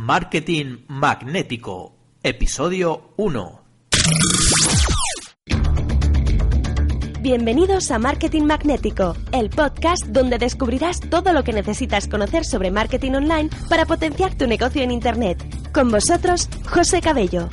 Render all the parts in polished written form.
Marketing Magnético, episodio 1. Bienvenidos a Marketing Magnético, el podcast donde descubrirás todo lo que necesitas conocer sobre marketing online para potenciar tu negocio en Internet. Con vosotros, José Cabello.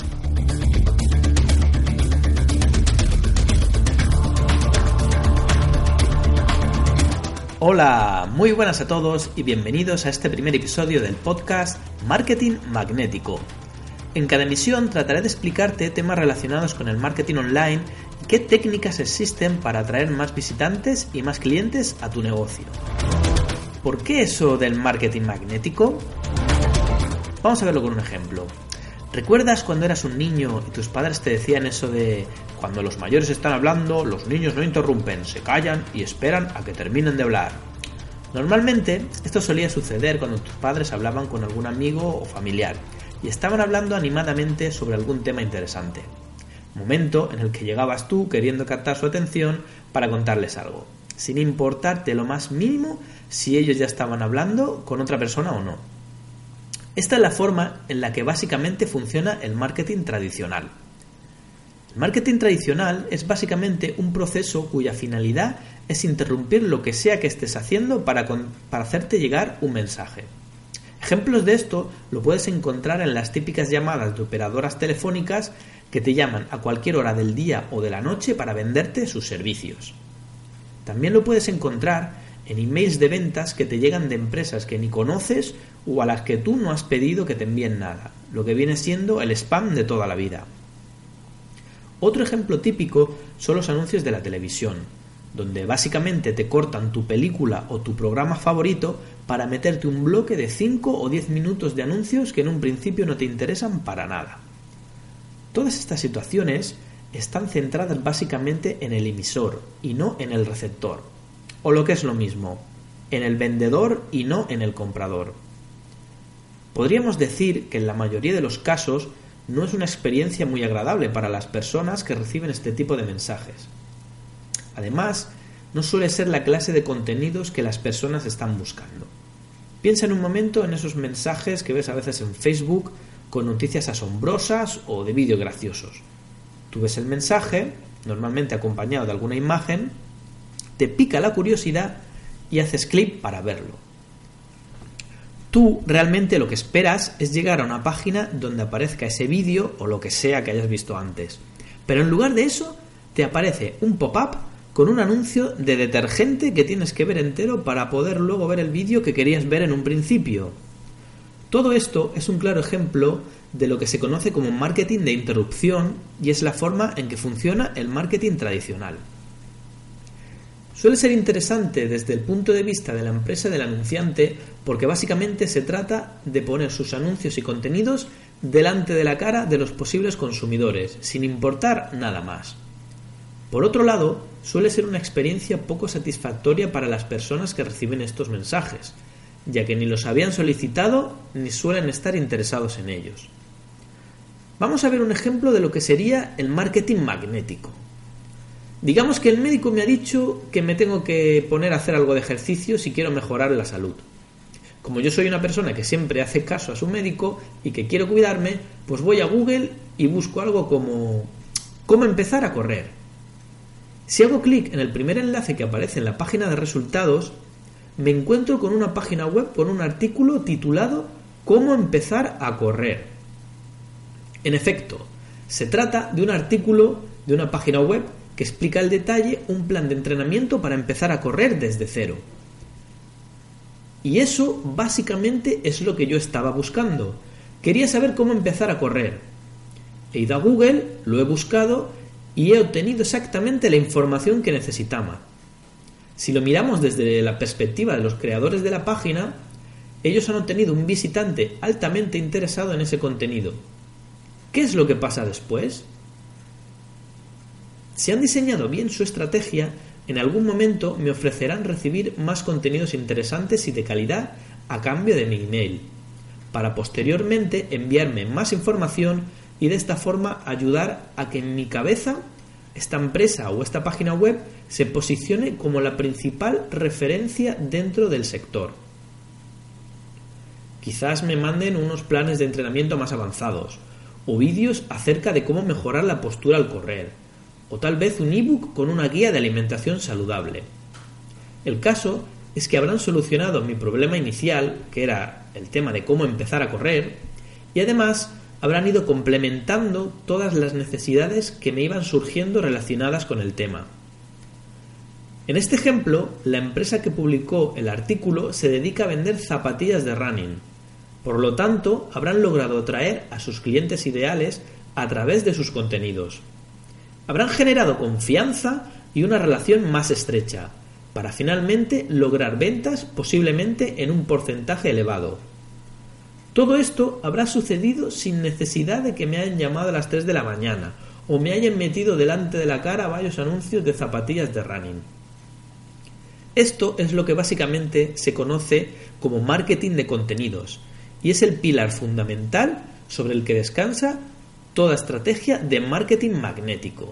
Hola, muy buenas a todos y bienvenidos a este primer episodio del podcast Marketing Magnético. En cada emisión trataré de explicarte temas relacionados con el marketing online y qué técnicas existen para atraer más visitantes y más clientes a tu negocio. ¿Por qué eso del marketing magnético? Vamos a verlo con un ejemplo. ¿Recuerdas cuando eras un niño y tus padres te decían eso de cuando los mayores están hablando, los niños no interrumpen, se callan y esperan a que terminen de hablar? Normalmente esto solía suceder cuando tus padres hablaban con algún amigo o familiar y estaban hablando animadamente sobre algún tema interesante. Momento en el que llegabas tú queriendo captar su atención para contarles algo, sin importarte lo más mínimo si ellos ya estaban hablando con otra persona o no. Esta es la forma en la que básicamente funciona el marketing tradicional. El marketing tradicional es básicamente un proceso cuya finalidad es interrumpir lo que sea que estés haciendo para hacerte llegar un mensaje. Ejemplos de esto lo puedes encontrar en las típicas llamadas de operadoras telefónicas que te llaman a cualquier hora del día o de la noche para venderte sus servicios. También lo puedes encontrar en emails de ventas que te llegan de empresas que ni conoces o a las que tú no has pedido que te envíen nada, lo que viene siendo el spam de toda la vida. Otro ejemplo típico son los anuncios de la televisión, donde básicamente te cortan tu película o tu programa favorito para meterte un bloque de 5 o 10 minutos de anuncios que en un principio no te interesan para nada. Todas estas situaciones están centradas básicamente en el emisor y no en el receptor. O lo que es lo mismo, en el vendedor y no en el comprador. Podríamos decir que en la mayoría de los casos no es una experiencia muy agradable para las personas que reciben este tipo de mensajes. Además, no suele ser la clase de contenidos que las personas están buscando. Piensa en un momento en esos mensajes que ves a veces en Facebook con noticias asombrosas o de vídeos graciosos. Tú ves el mensaje, normalmente acompañado de alguna imagen, te pica la curiosidad y haces clic para verlo. Tú realmente lo que esperas es llegar a una página donde aparezca ese vídeo o lo que sea que hayas visto antes. Pero en lugar de eso, te aparece un pop-up con un anuncio de detergente que tienes que ver entero para poder luego ver el vídeo que querías ver en un principio. Todo esto es un claro ejemplo de lo que se conoce como marketing de interrupción y es la forma en que funciona el marketing tradicional. Suele ser interesante desde el punto de vista de la empresa del anunciante porque básicamente se trata de poner sus anuncios y contenidos delante de la cara de los posibles consumidores, sin importar nada más. Por otro lado, suele ser una experiencia poco satisfactoria para las personas que reciben estos mensajes, ya que ni los habían solicitado ni suelen estar interesados en ellos. Vamos a ver un ejemplo de lo que sería el marketing magnético. Digamos que el médico me ha dicho que me tengo que poner a hacer algo de ejercicio si quiero mejorar la salud. Como yo soy una persona que siempre hace caso a su médico y que quiero cuidarme, pues voy a Google y busco algo como ¿cómo empezar a correr? Si hago clic en el primer enlace que aparece en la página de resultados, me encuentro con una página web con un artículo titulado ¿Cómo empezar a correr? En efecto, se trata de un artículo de una página web que explica al detalle un plan de entrenamiento para empezar a correr desde cero. Y eso básicamente es lo que yo estaba buscando. Quería saber cómo empezar a correr. He ido a Google, lo he buscado y he obtenido exactamente la información que necesitaba. Si lo miramos desde la perspectiva de los creadores de la página, ellos han obtenido un visitante altamente interesado en ese contenido. ¿Qué es lo que pasa después? Si han diseñado bien su estrategia, en algún momento me ofrecerán recibir más contenidos interesantes y de calidad a cambio de mi email, para posteriormente enviarme más información y de esta forma ayudar a que en mi cabeza esta empresa o esta página web se posicione como la principal referencia dentro del sector. Quizás me manden unos planes de entrenamiento más avanzados, o vídeos acerca de cómo mejorar la postura al correr, o tal vez un ebook con una guía de alimentación saludable. El caso es que habrán solucionado mi problema inicial, que era el tema de cómo empezar a correr, y además habrán ido complementando todas las necesidades que me iban surgiendo relacionadas con el tema. En este ejemplo, la empresa que publicó el artículo se dedica a vender zapatillas de running. Por lo tanto, habrán logrado atraer a sus clientes ideales a través de sus contenidos. Habrán generado confianza y una relación más estrecha, para finalmente lograr ventas posiblemente en un porcentaje elevado. Todo esto habrá sucedido sin necesidad de que me hayan llamado a las 3 de la mañana o me hayan metido delante de la cara varios anuncios de zapatillas de running. Esto es lo que básicamente se conoce como marketing de contenidos y es el pilar fundamental sobre el que descansa toda estrategia de marketing magnético.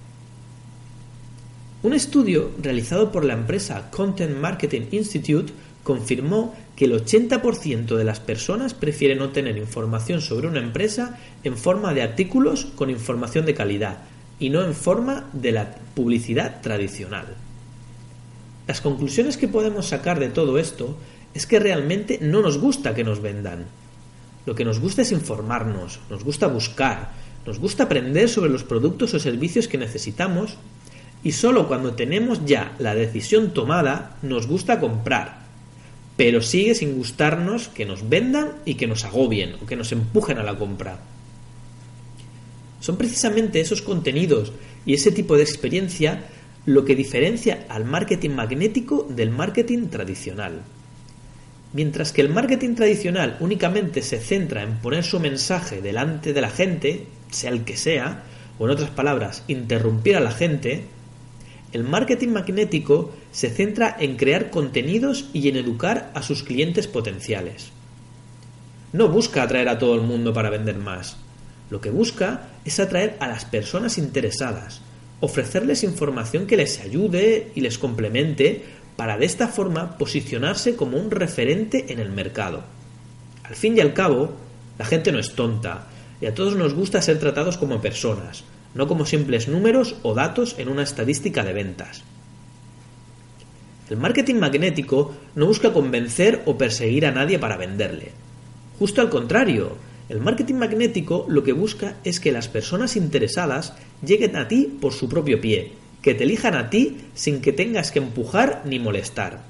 Un estudio realizado por la empresa Content Marketing Institute confirmó que el 80% de las personas prefieren obtener información sobre una empresa en forma de artículos con información de calidad y no en forma de la publicidad tradicional. Las conclusiones que podemos sacar de todo esto es que realmente no nos gusta que nos vendan. Lo que nos gusta es informarnos, nos gusta buscar, nos gusta aprender sobre los productos o servicios que necesitamos y solo cuando tenemos ya la decisión tomada nos gusta comprar. Pero sigue sin gustarnos que nos vendan y que nos agobien o que nos empujen a la compra. Son precisamente esos contenidos y ese tipo de experiencia lo que diferencia al marketing magnético del marketing tradicional. Mientras que el marketing tradicional únicamente se centra en poner su mensaje delante de la gente, sea el que sea, o en otras palabras, interrumpir a la gente, el marketing magnético se centra en crear contenidos y en educar a sus clientes potenciales. No busca atraer a todo el mundo para vender más. Lo que busca es atraer a las personas interesadas, ofrecerles información que les ayude y les complemente para de esta forma posicionarse como un referente en el mercado. Al fin y al cabo, la gente no es tonta y a todos nos gusta ser tratados como personas, no como simples números o datos en una estadística de ventas. El marketing magnético no busca convencer o perseguir a nadie para venderle. Justo al contrario, el marketing magnético lo que busca es que las personas interesadas lleguen a ti por su propio pie, que te elijan a ti sin que tengas que empujar ni molestar.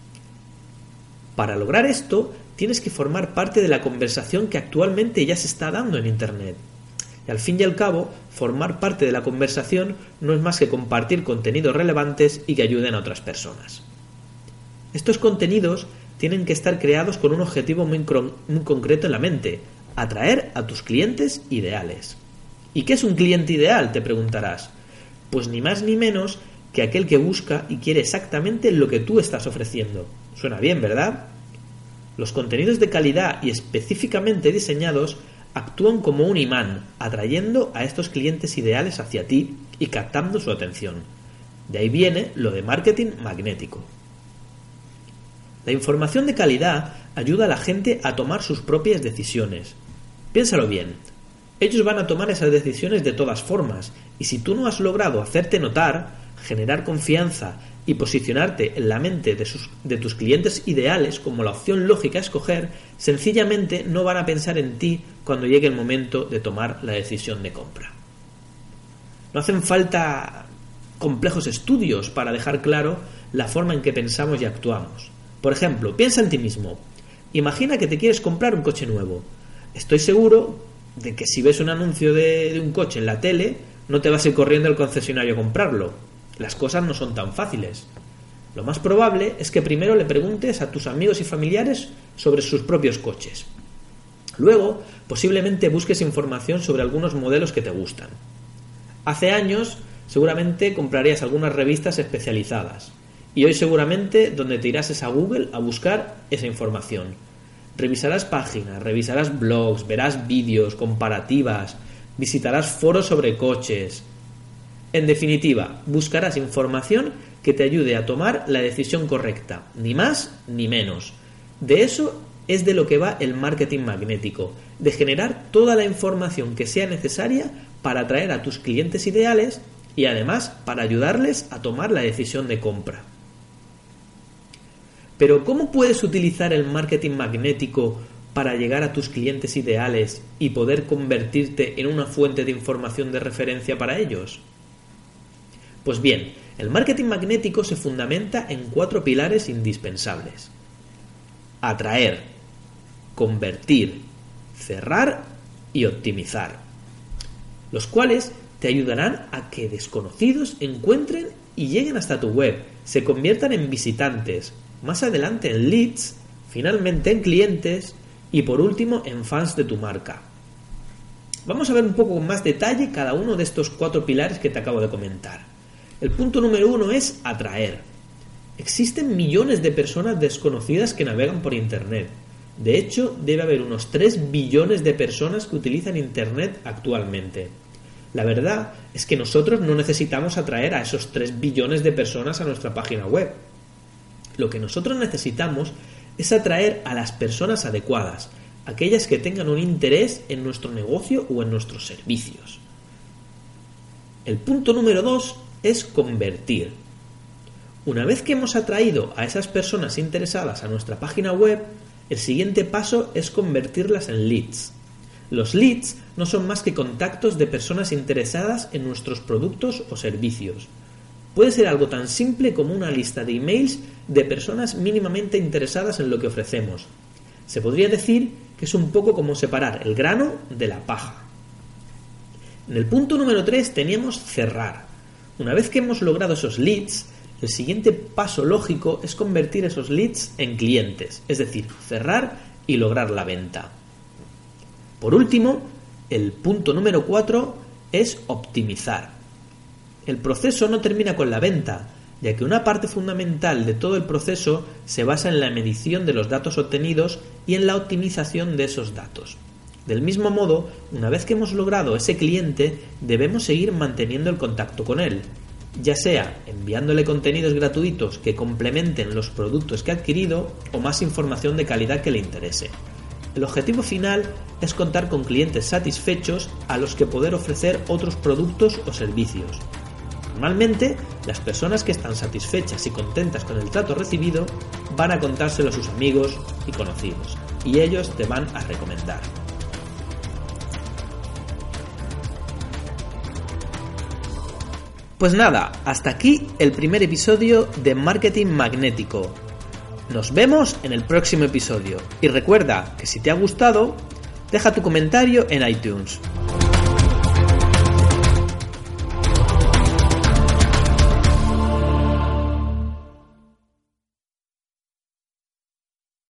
Para lograr esto, tienes que formar parte de la conversación que actualmente ya se está dando en Internet. Y al fin y al cabo, formar parte de la conversación no es más que compartir contenidos relevantes y que ayuden a otras personas. Estos contenidos tienen que estar creados con un objetivo muy concreto en la mente: atraer a tus clientes ideales. ¿Y qué es un cliente ideal?, te preguntarás. Pues ni más ni menos que aquel que busca y quiere exactamente lo que tú estás ofreciendo. Suena bien, ¿verdad? Los contenidos de calidad y específicamente diseñados actúan como un imán, atrayendo a estos clientes ideales hacia ti y captando su atención. De ahí viene lo de marketing magnético. La información de calidad ayuda a la gente a tomar sus propias decisiones. Piénsalo bien. Ellos van a tomar esas decisiones de todas formas, y si tú no has logrado hacerte notar, generar confianza y posicionarte en la mente de tus clientes ideales como la opción lógica a escoger, sencillamente no van a pensar en ti cuando llegue el momento de tomar la decisión de compra. No hacen falta complejos estudios para dejar claro la forma en que pensamos y actuamos. Por ejemplo, piensa en ti mismo. Imagina que te quieres comprar un coche nuevo. Estoy seguro de que si ves un anuncio de un coche en la tele, no te vas a ir corriendo al concesionario a comprarlo. Las cosas no son tan fáciles. Lo más probable es que primero le preguntes a tus amigos y familiares sobre sus propios coches. Luego, posiblemente busques información sobre algunos modelos que te gustan. Hace años, seguramente comprarías algunas revistas especializadas. Y hoy seguramente donde te irás es a Google a buscar esa información. Revisarás páginas, revisarás blogs, verás vídeos, comparativas, visitarás foros sobre coches. En definitiva, buscarás información que te ayude a tomar la decisión correcta, ni más ni menos. De eso es de lo que va el marketing magnético, de generar toda la información que sea necesaria para atraer a tus clientes ideales y además para ayudarles a tomar la decisión de compra. Pero ¿cómo puedes utilizar el marketing magnético para llegar a tus clientes ideales y poder convertirte en una fuente de información de referencia para ellos? Pues bien, el marketing magnético se fundamenta en 4 pilares indispensables: atraer, convertir, cerrar y optimizar, los cuales te ayudarán a que desconocidos encuentren y lleguen hasta tu web, se conviertan en visitantes, más adelante en leads, finalmente en clientes y por último en fans de tu marca. Vamos a ver un poco con más detalle cada uno de estos 4 pilares que te acabo de comentar. El punto número 1 es atraer. Existen millones de personas desconocidas que navegan por Internet. De hecho, debe haber unos 3 billones de personas que utilizan Internet actualmente. La verdad es que nosotros no necesitamos atraer a esos 3 billones de personas a nuestra página web. Lo que nosotros necesitamos es atraer a las personas adecuadas, aquellas que tengan un interés en nuestro negocio o en nuestros servicios. El punto número 2 es convertir. Una vez que hemos atraído a esas personas interesadas a nuestra página web, el siguiente paso es convertirlas en leads. Los leads no son más que contactos de personas interesadas en nuestros productos o servicios. Puede ser algo tan simple como una lista de emails de personas mínimamente interesadas en lo que ofrecemos. Se podría decir que es un poco como separar el grano de la paja. En el punto número 3 teníamos cerrar. Una vez que hemos logrado esos leads, el siguiente paso lógico es convertir esos leads en clientes, es decir, cerrar y lograr la venta. Por último, el punto número 4 es optimizar. El proceso no termina con la venta, ya que una parte fundamental de todo el proceso se basa en la medición de los datos obtenidos y en la optimización de esos datos. Del mismo modo, una vez que hemos logrado ese cliente, debemos seguir manteniendo el contacto con él, ya sea enviándole contenidos gratuitos que complementen los productos que ha adquirido o más información de calidad que le interese. El objetivo final es contar con clientes satisfechos a los que poder ofrecer otros productos o servicios. Normalmente, las personas que están satisfechas y contentas con el trato recibido van a contárselo a sus amigos y conocidos, y ellos te van a recomendar. Pues nada, hasta aquí el primer episodio de Marketing Magnético. Nos vemos en el próximo episodio y recuerda que si te ha gustado, deja tu comentario en iTunes.